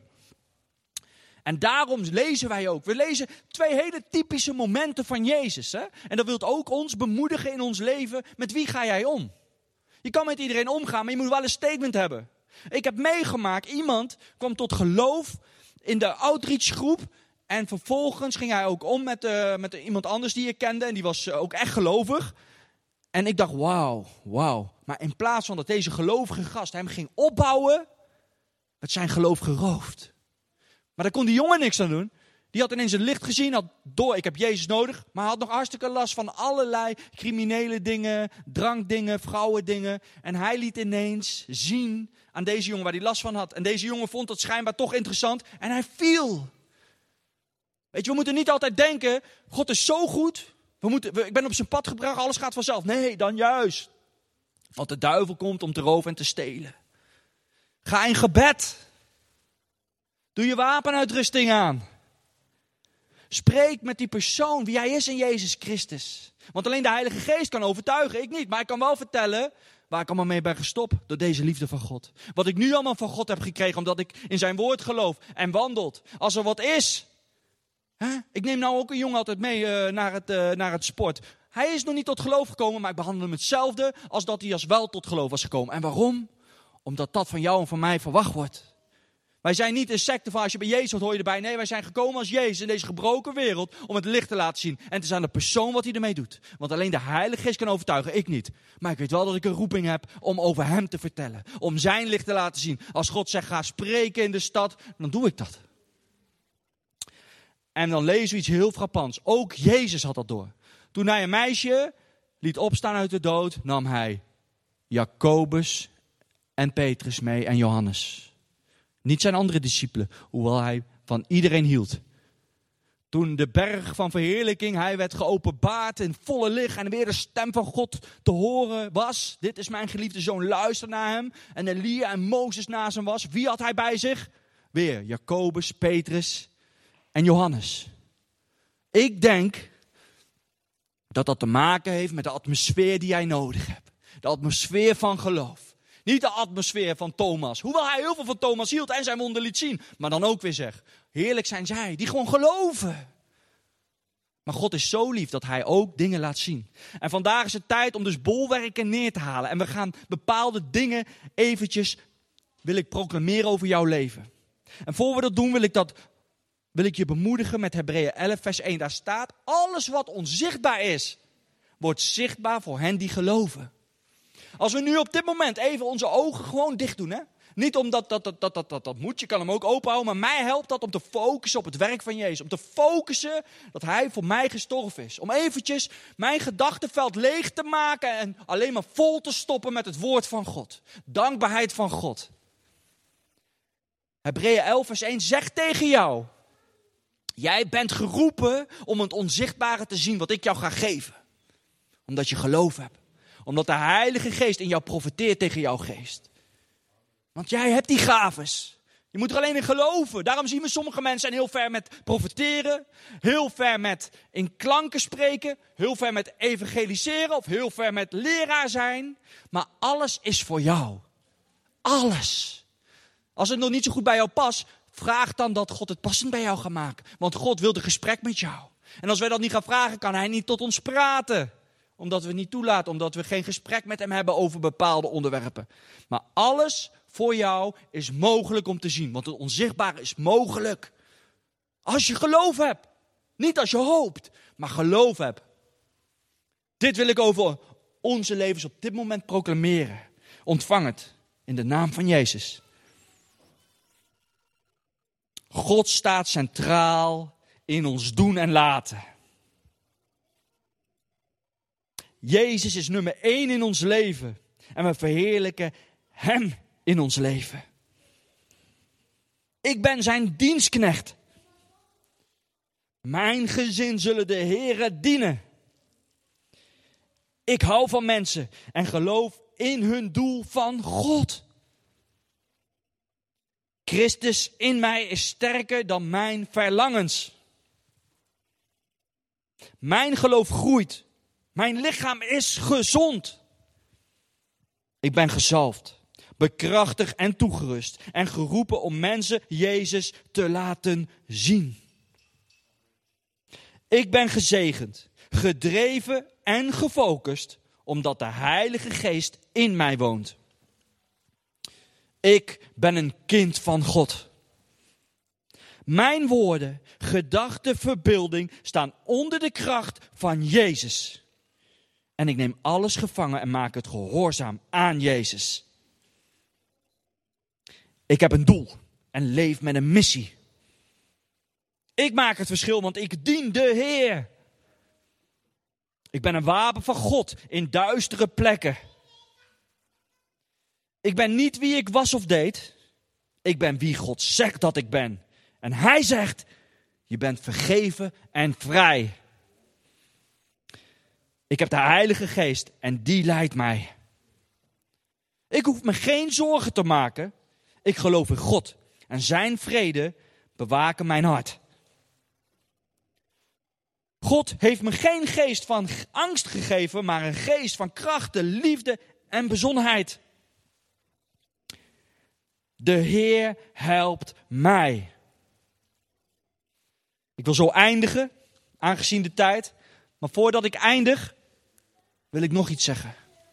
[SPEAKER 2] En daarom lezen wij ook. We lezen 2 hele typische momenten van Jezus. Hè? En dat wil ook ons bemoedigen in ons leven. Met wie ga jij om? Je kan met iedereen omgaan, maar je moet wel een statement hebben. Ik heb meegemaakt, iemand kwam tot geloof in de outreachgroep. En vervolgens ging hij ook om met iemand anders die ik kende. En die was ook echt gelovig. En ik dacht, wauw. Maar in plaats van dat deze gelovige gast hem ging opbouwen, werd zijn geloof geroofd. Maar daar kon die jongen niks aan doen. Die had ineens het licht gezien, had door, ik heb Jezus nodig. Maar hij had nog hartstikke last van allerlei criminele dingen, drankdingen, vrouwendingen. En hij liet ineens zien aan deze jongen waar hij last van had. En deze jongen vond dat schijnbaar toch interessant. En hij viel. Weet je, we moeten niet altijd denken, God is zo goed. Ik ben op zijn pad gebracht, alles gaat vanzelf. Nee, dan juist. Want de duivel komt om te roven en te stelen. Ga in gebed. Doe je wapenuitrusting aan. Spreek met die persoon wie hij is in Jezus Christus. Want alleen de Heilige Geest kan overtuigen, ik niet. Maar ik kan wel vertellen waar ik allemaal mee ben gestopt door deze liefde van God. Wat ik nu allemaal van God heb gekregen omdat ik in zijn woord geloof en wandelt. Als er wat is. Ik neem nou ook een jongen altijd mee naar het sport. Hij is nog niet tot geloof gekomen, maar ik behandel hem hetzelfde als dat hij als wel tot geloof was gekomen. En waarom? Omdat dat van jou en van mij verwacht wordt. Wij zijn niet een secte van als je bij Jezus hoort, hoor je erbij. Nee, wij zijn gekomen als Jezus in deze gebroken wereld om het licht te laten zien. En het is aan de persoon wat hij ermee doet. Want alleen de Heilige Geest kan overtuigen, ik niet. Maar ik weet wel dat ik een roeping heb om over hem te vertellen. Om zijn licht te laten zien. Als God zegt, ga spreken in de stad, dan doe ik dat. En dan lezen we iets heel frappants. Ook Jezus had dat door. Toen hij een meisje liet opstaan uit de dood, nam hij Jacobus en Petrus mee en Johannes. Niet zijn andere discipelen, hoewel hij van iedereen hield. Toen de berg van verheerlijking, hij werd geopenbaard in volle licht en weer de stem van God te horen was. Dit is mijn geliefde zoon, luister naar hem. En Elia en Mozes naast hem was. Wie had hij bij zich? Weer Jacobus, Petrus en Johannes. Ik denk dat dat te maken heeft met de atmosfeer die jij nodig hebt. De atmosfeer van geloof. Niet de atmosfeer van Thomas. Hoewel hij heel veel van Thomas hield en zijn wonder liet zien. Maar dan ook weer zegt, heerlijk zijn zij die gewoon geloven. Maar God is zo lief dat hij ook dingen laat zien. En vandaag is het tijd om dus bolwerken neer te halen. En we gaan bepaalde dingen eventjes, wil ik proclameren over jouw leven. En voor we dat doen wil ik je bemoedigen met Hebreeën 11 vers 1. Daar staat, alles wat onzichtbaar is, wordt zichtbaar voor hen die geloven. Als we nu op dit moment even onze ogen gewoon dicht doen. Hè? Niet omdat dat moet, je kan hem ook open houden. Maar mij helpt dat om te focussen op het werk van Jezus. Om te focussen dat hij voor mij gestorven is. Om eventjes mijn gedachtenveld leeg te maken en alleen maar vol te stoppen met het woord van God. Dankbaarheid van God. Hebreeën 11 vers 1 zegt tegen jou. Jij bent geroepen om het onzichtbare te zien wat ik jou ga geven. Omdat je geloof hebt. Omdat de Heilige Geest in jou profeteert tegen jouw geest. Want jij hebt die gaves. Je moet er alleen in geloven. Daarom zien we sommige mensen heel ver met profeteren. Heel ver met in klanken spreken. Heel ver met evangeliseren. Of heel ver met leraar zijn. Maar alles is voor jou. Alles. Als het nog niet zo goed bij jou past, vraag dan dat God het passend bij jou gaat maken. Want God wil een gesprek met jou. En als wij dat niet gaan vragen, kan hij niet tot ons praten. Omdat we het niet toelaten, omdat we geen gesprek met hem hebben over bepaalde onderwerpen. Maar alles voor jou is mogelijk om te zien. Want het onzichtbare is mogelijk. Als je geloof hebt. Niet als je hoopt, maar geloof hebt. Dit wil ik over onze levens op dit moment proclameren. Ontvang het in de naam van Jezus. God staat centraal in ons doen en laten. Jezus is nummer 1 in ons leven. En we verheerlijken hem in ons leven. Ik ben zijn dienstknecht. Mijn gezin zullen de Heere dienen. Ik hou van mensen en geloof in hun doel van God. Christus in mij is sterker dan mijn verlangens. Mijn geloof groeit. Mijn lichaam is gezond. Ik ben gezalfd, bekrachtigd en toegerust. En geroepen om mensen Jezus te laten zien. Ik ben gezegend, gedreven en gefocust. Omdat de Heilige Geest in mij woont. Ik ben een kind van God. Mijn woorden, gedachten, verbeelding staan onder de kracht van Jezus. En ik neem alles gevangen en maak het gehoorzaam aan Jezus. Ik heb een doel en leef met een missie. Ik maak het verschil, want ik dien de Heer. Ik ben een wapen van God in duistere plekken. Ik ben niet wie ik was of deed. Ik ben wie God zegt dat ik ben. En hij zegt, je bent vergeven en vrij. Ik heb de Heilige Geest en die leidt mij. Ik hoef me geen zorgen te maken. Ik geloof in God en zijn vrede bewaken mijn hart. God heeft me geen geest van angst gegeven, maar een geest van kracht, liefde en bezonnenheid. De Heer helpt mij. Ik wil zo eindigen, aangezien de tijd. Maar voordat ik eindig, wil ik nog iets zeggen.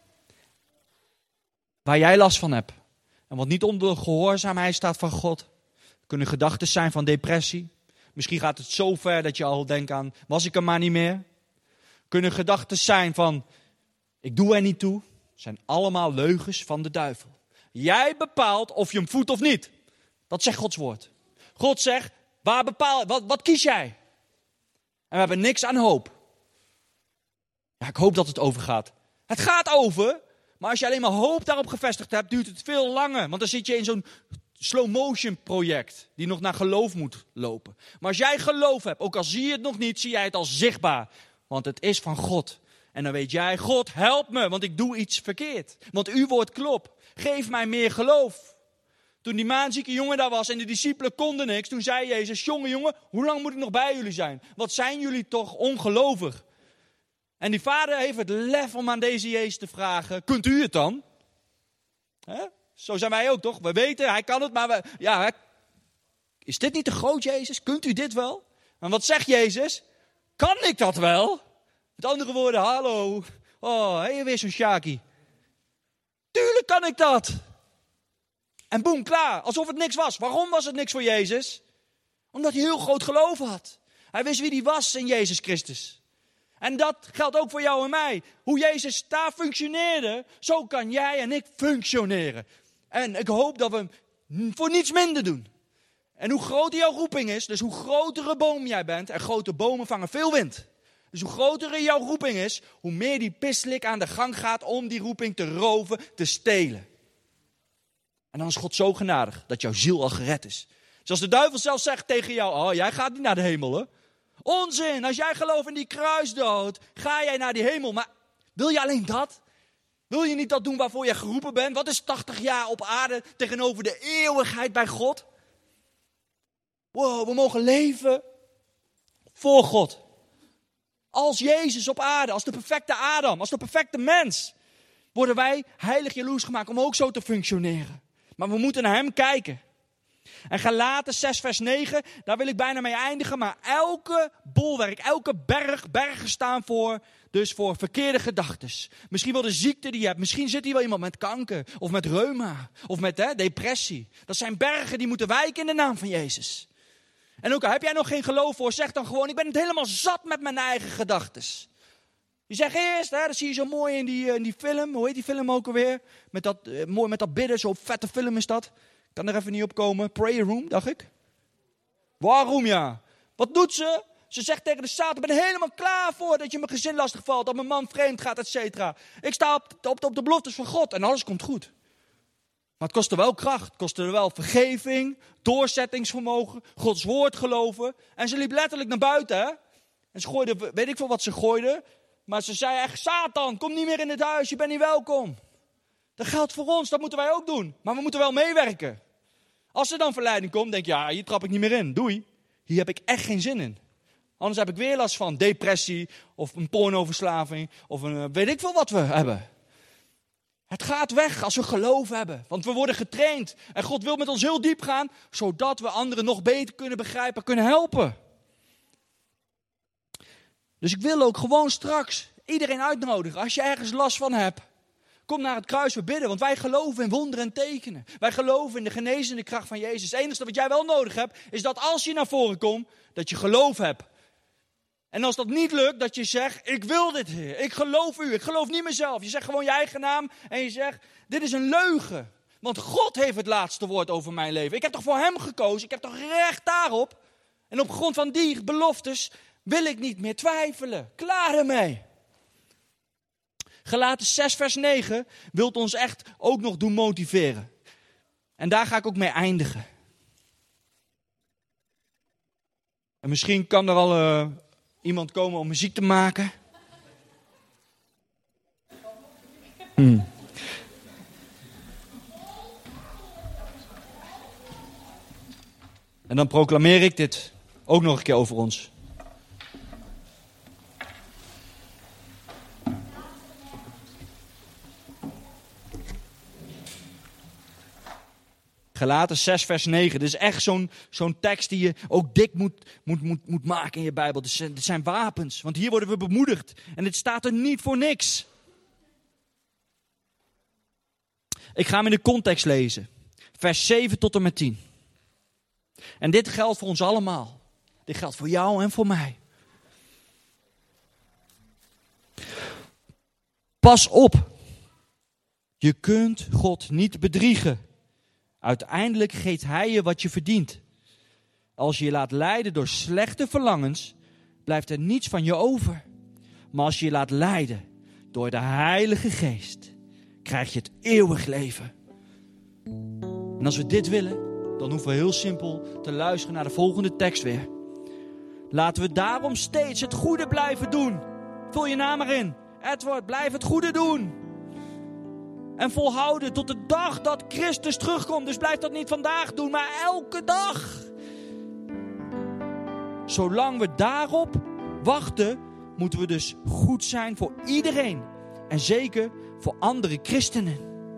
[SPEAKER 2] Waar jij last van hebt. En wat niet onder de gehoorzaamheid staat van God. Kunnen gedachten zijn van depressie. Misschien gaat het zo ver dat je al denkt aan, was ik er maar niet meer. Kunnen gedachten zijn van, ik doe er niet toe. Zijn allemaal leugens van de duivel. Jij bepaalt of je hem voedt of niet. Dat zegt Gods woord. God zegt, wat kies jij? we hebben niks aan hoop. Ja, ik hoop dat het overgaat. Het gaat over, maar als je alleen maar hoop daarop gevestigd hebt, duurt het veel langer. Want dan zit je in zo'n slow motion project die nog naar geloof moet lopen. Maar als jij geloof hebt, ook al zie je het nog niet, zie jij het als zichtbaar. Want het is van God. En dan weet jij, God help me, want ik doe iets verkeerd. Want uw woord klopt. Geef mij meer geloof. Toen die maanzieke jongen daar was en de discipelen konden niks, toen zei Jezus, jongen, hoe lang moet ik nog bij jullie zijn? Wat zijn jullie toch ongelovig? En die vader heeft het lef om aan deze Jezus te vragen, kunt u het dan? Zo zijn wij ook toch? We weten, hij kan het, maar is dit niet te groot, Jezus? Kunt u dit wel? En wat zegt Jezus? Kan ik dat wel? Met andere woorden, hallo. Oh, hey, weer zo'n Sjaki. Tuurlijk kan ik dat. En boem, klaar. Alsof het niks was. Waarom was het niks voor Jezus? Omdat hij heel groot geloof had. Hij wist wie hij was in Jezus Christus. En dat geldt ook voor jou en mij. Hoe Jezus daar functioneerde, zo kan jij en ik functioneren. En ik hoop dat we voor niets minder doen. En hoe groter jouw roeping is, dus hoe grotere boom jij bent, en grote bomen vangen veel wind. Dus hoe groter jouw roeping is, hoe meer die pislik aan de gang gaat om die roeping te roven, te stelen. En dan is God zo genadig dat jouw ziel al gered is. Zoals de duivel zelf zegt tegen jou, oh, jij gaat niet naar de hemel, hè? Onzin, als jij gelooft in die kruisdood, ga jij naar die hemel. Maar wil je alleen dat? Wil je niet dat doen waarvoor je geroepen bent? Wat is 80 jaar op aarde tegenover de eeuwigheid bij God? Wow, we mogen leven voor God. Als Jezus op aarde, als de perfecte Adam, als de perfecte mens, worden wij heilig jaloers gemaakt om ook zo te functioneren. Maar we moeten naar hem kijken. En Galaten 6 vers 9, daar wil ik bijna mee eindigen. Maar elke bolwerk, elke bergen staan voor verkeerde gedachtes. Misschien wel de ziekte die je hebt. Misschien zit hier wel iemand met kanker of met reuma of met depressie. Dat zijn bergen die moeten wijken in de naam van Jezus. En ook al heb jij nog geen geloof voor, zeg dan gewoon, ik ben het helemaal zat met mijn eigen gedachtes. Je zegt eerst, dat zie je zo mooi in die film. Hoe heet die film ook alweer? Mooi met dat bidden, zo'n vette film is dat. Kan er even niet op komen. Prayer room, dacht ik. Waarom ja? Wat doet ze? Ze zegt tegen de Satan, ik ben er helemaal klaar voor dat je mijn gezin lastig valt, dat mijn man vreemd gaat, et cetera. Ik sta op de beloftes van God en alles komt goed. Maar het kostte wel kracht, het kostte wel vergeving, doorzettingsvermogen, Gods woord geloven. En ze liep letterlijk naar buiten, hè. En ze gooide, weet ik veel wat ze gooide. Maar ze zei echt, Satan, kom niet meer in het huis, je bent niet welkom. Dat geldt voor ons, dat moeten wij ook doen. Maar we moeten wel meewerken. Als er dan verleiding komt, denk je, ja, hier trap ik niet meer in. Doei. Hier heb ik echt geen zin in. Anders heb ik weer last van depressie of een pornoverslaving of een weet ik veel wat we hebben. Het gaat weg als we geloof hebben. Want we worden getraind. En God wil met ons heel diep gaan, zodat we anderen nog beter kunnen begrijpen, kunnen helpen. Dus ik wil ook gewoon straks iedereen uitnodigen. Als je ergens last van hebt, kom naar het kruis, we bidden. Want wij geloven in wonderen en tekenen. Wij geloven in de genezende kracht van Jezus. Het enige wat jij wel nodig hebt, is dat als je naar voren komt, dat je geloof hebt. En als dat niet lukt, dat je zegt, ik wil dit, Heer. Ik geloof u. Ik geloof niet mezelf. Je zegt gewoon je eigen naam en je zegt, dit is een leugen. Want God heeft het laatste woord over mijn leven. Ik heb toch voor hem gekozen. Ik heb toch recht daarop. En op grond van die beloftes wil ik niet meer twijfelen. Klaar ermee. Galaten 6 vers 9 wilt ons echt ook nog doen motiveren. En daar ga ik ook mee eindigen. En misschien kan er al iemand komen om muziek te maken. En dan proclameer ik dit ook nog een keer over ons. Galaten 6 vers 9. Dit is echt zo'n tekst die je ook dik moet maken in je Bijbel. Dit zijn wapens. Want hier worden we bemoedigd. En dit staat er niet voor niks. Ik ga hem in de context lezen. Vers 7 tot en met 10. En dit geldt voor ons allemaal. Dit geldt voor jou en voor mij. Pas op. Je kunt God niet bedriegen. Uiteindelijk geeft hij je wat je verdient. Als je je laat leiden door slechte verlangens, blijft er niets van je over. Maar als je je laat leiden door de Heilige Geest, krijg je het eeuwig leven. En als we dit willen, dan hoeven we heel simpel te luisteren naar de volgende tekst weer. Laten we daarom steeds het goede blijven doen. Vul je naam erin. Edward, blijf het goede doen. En volhouden tot de dag dat Christus terugkomt. Dus blijf dat niet vandaag doen, maar elke dag. Zolang we daarop wachten, moeten we dus goed zijn voor iedereen. En zeker voor andere christenen.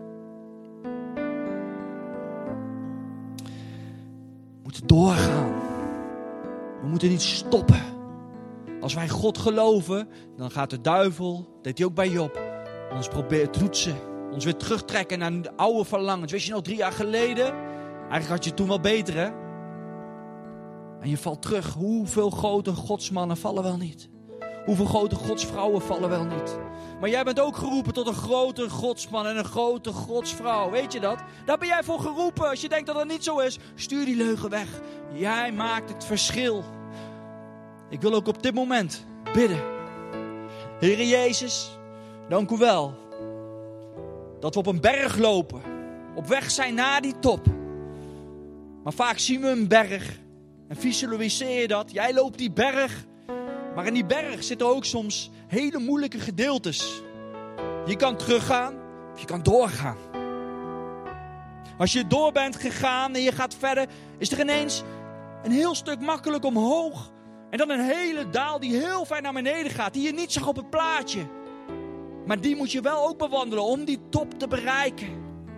[SPEAKER 2] We moeten doorgaan. We moeten niet stoppen. Als wij God geloven, dan gaat de duivel, deed hij ook bij Job, ons proberen te toetsen. Ons weer terugtrekken naar de oude verlangens. Weet je nog, 3 jaar geleden? Eigenlijk had je het toen wel beter, hè? En je valt terug. Hoeveel grote godsmannen vallen wel niet? Hoeveel grote godsvrouwen vallen wel niet? Maar jij bent ook geroepen tot een grote godsman en een grote godsvrouw. Weet je dat? Daar ben jij voor geroepen. Als je denkt dat dat niet zo is, stuur die leugen weg. Jij maakt het verschil. Ik wil ook op dit moment bidden. Heere Jezus, dank u wel. Dat we op een berg lopen. Op weg zijn naar die top. Maar vaak zien we een berg. En visualiseer je dat. Jij loopt die berg. Maar in die berg zitten ook soms hele moeilijke gedeeltes. Je kan teruggaan of je kan doorgaan. Als je door bent gegaan en je gaat verder, is er ineens een heel stuk makkelijk omhoog. En dan een hele daal die heel ver naar beneden gaat. Die je niet zag op het plaatje. Maar die moet je wel ook bewandelen om die top te bereiken.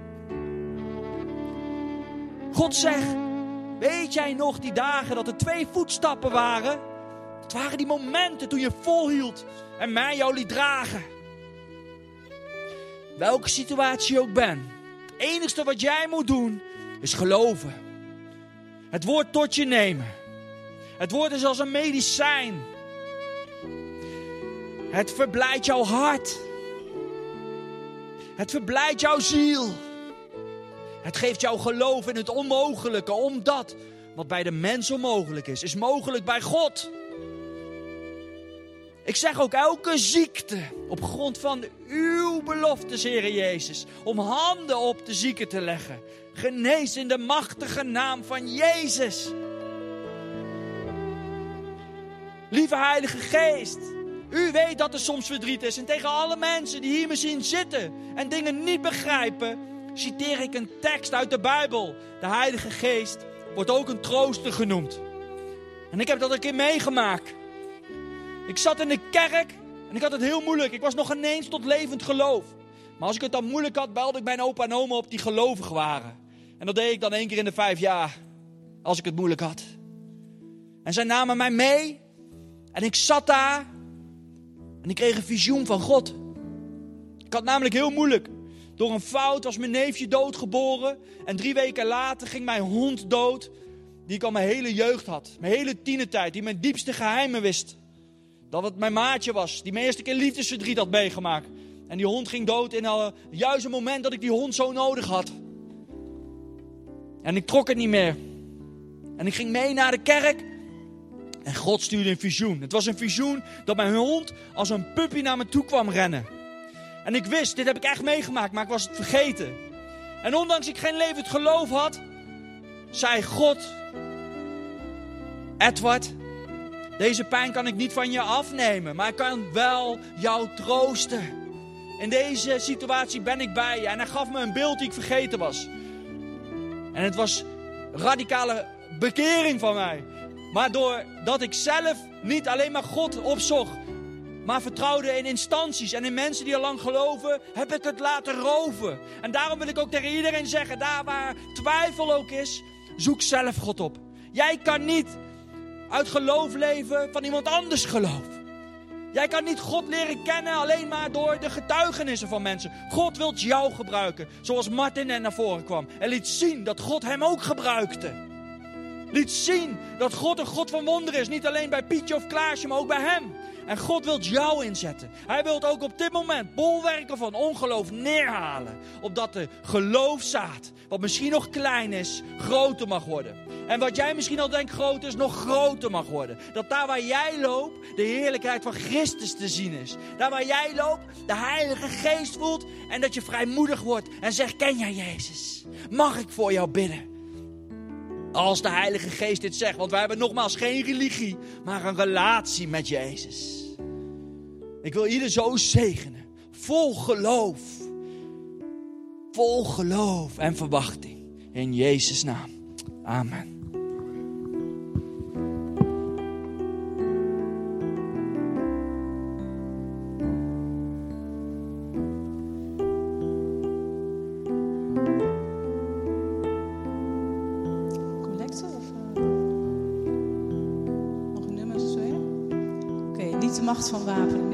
[SPEAKER 2] God zegt, weet jij nog die dagen dat er 2 voetstappen waren? Het waren die momenten toen je volhield en mij jou liet dragen. Welke situatie je ook bent. Het enigste wat jij moet doen is geloven. Het woord tot je nemen. Het woord is als een medicijn. Het verblijdt jouw hart. Het verblijdt jouw ziel. Het geeft jou geloof in het onmogelijke. Omdat wat bij de mens onmogelijk is mogelijk bij God. Ik zeg ook elke ziekte op grond van uw beloftes, Heere Jezus. Om handen op de zieke te leggen. Genees in de machtige naam van Jezus. Lieve Heilige Geest. U weet dat er soms verdriet is. En tegen alle mensen die hier me zien zitten en dingen niet begrijpen, citeer ik een tekst uit de Bijbel. De Heilige Geest wordt ook een trooster genoemd. En ik heb dat een keer meegemaakt. Ik zat in de kerk en ik had het heel moeilijk. Ik was nog ineens tot levend geloof. Maar als ik het dan moeilijk had, belde ik mijn opa en oma op die gelovig waren. En dat deed ik dan 1 keer in de 5 jaar. Als ik het moeilijk had. En zij namen mij mee. En ik zat daar. En ik kreeg een visioen van God. Ik had namelijk heel moeilijk. Door een fout was mijn neefje doodgeboren. En 3 weken later ging mijn hond dood. Die ik al mijn hele jeugd had. Mijn hele tienertijd. Die mijn diepste geheimen wist. Dat het mijn maatje was. Die mijn eerste keer liefdesverdriet had meegemaakt. En die hond ging dood in het juiste moment dat ik die hond zo nodig had. En ik trok het niet meer. En ik ging mee naar de kerk. En God stuurde een visioen. Het was een visioen dat mijn hond als een puppy naar me toe kwam rennen. En ik wist, dit heb ik echt meegemaakt, maar ik was het vergeten. En ondanks ik geen levend geloof had, zei God: Edward, deze pijn kan ik niet van je afnemen, maar ik kan wel jou troosten. In deze situatie ben ik bij je. En hij gaf me een beeld die ik vergeten was. En het was radicale bekering van mij. Maar doordat ik zelf niet alleen maar God opzocht, maar vertrouwde in instanties en in mensen die al lang geloven, heb ik het laten roven. En daarom wil ik ook tegen iedereen zeggen, daar waar twijfel ook is, zoek zelf God op. Jij kan niet uit geloof leven van iemand anders geloof. Jij kan niet God leren kennen alleen maar door de getuigenissen van mensen. God wil jou gebruiken, zoals Martin net naar voren kwam. En liet zien dat God hem ook gebruikte. Liet zien dat God een God van wonderen is. Niet alleen bij Pietje of Klaasje, maar ook bij hem. En God wil jou inzetten. Hij wil ook op dit moment bolwerken van ongeloof neerhalen. Opdat de geloofzaad, wat misschien nog klein is, groter mag worden. En wat jij misschien al denkt groot is, nog groter mag worden. Dat daar waar jij loopt, de heerlijkheid van Christus te zien is. Daar waar jij loopt, de Heilige Geest voelt. En dat je vrijmoedig wordt en zegt, ken jij Jezus? Mag ik voor jou bidden? Als de Heilige Geest dit zegt. Want wij hebben nogmaals geen religie, maar een relatie met Jezus. Ik wil ieder zo zegenen. Vol geloof. Vol geloof en verwachting. In Jezus' naam. Amen.
[SPEAKER 4] Macht van wapenen.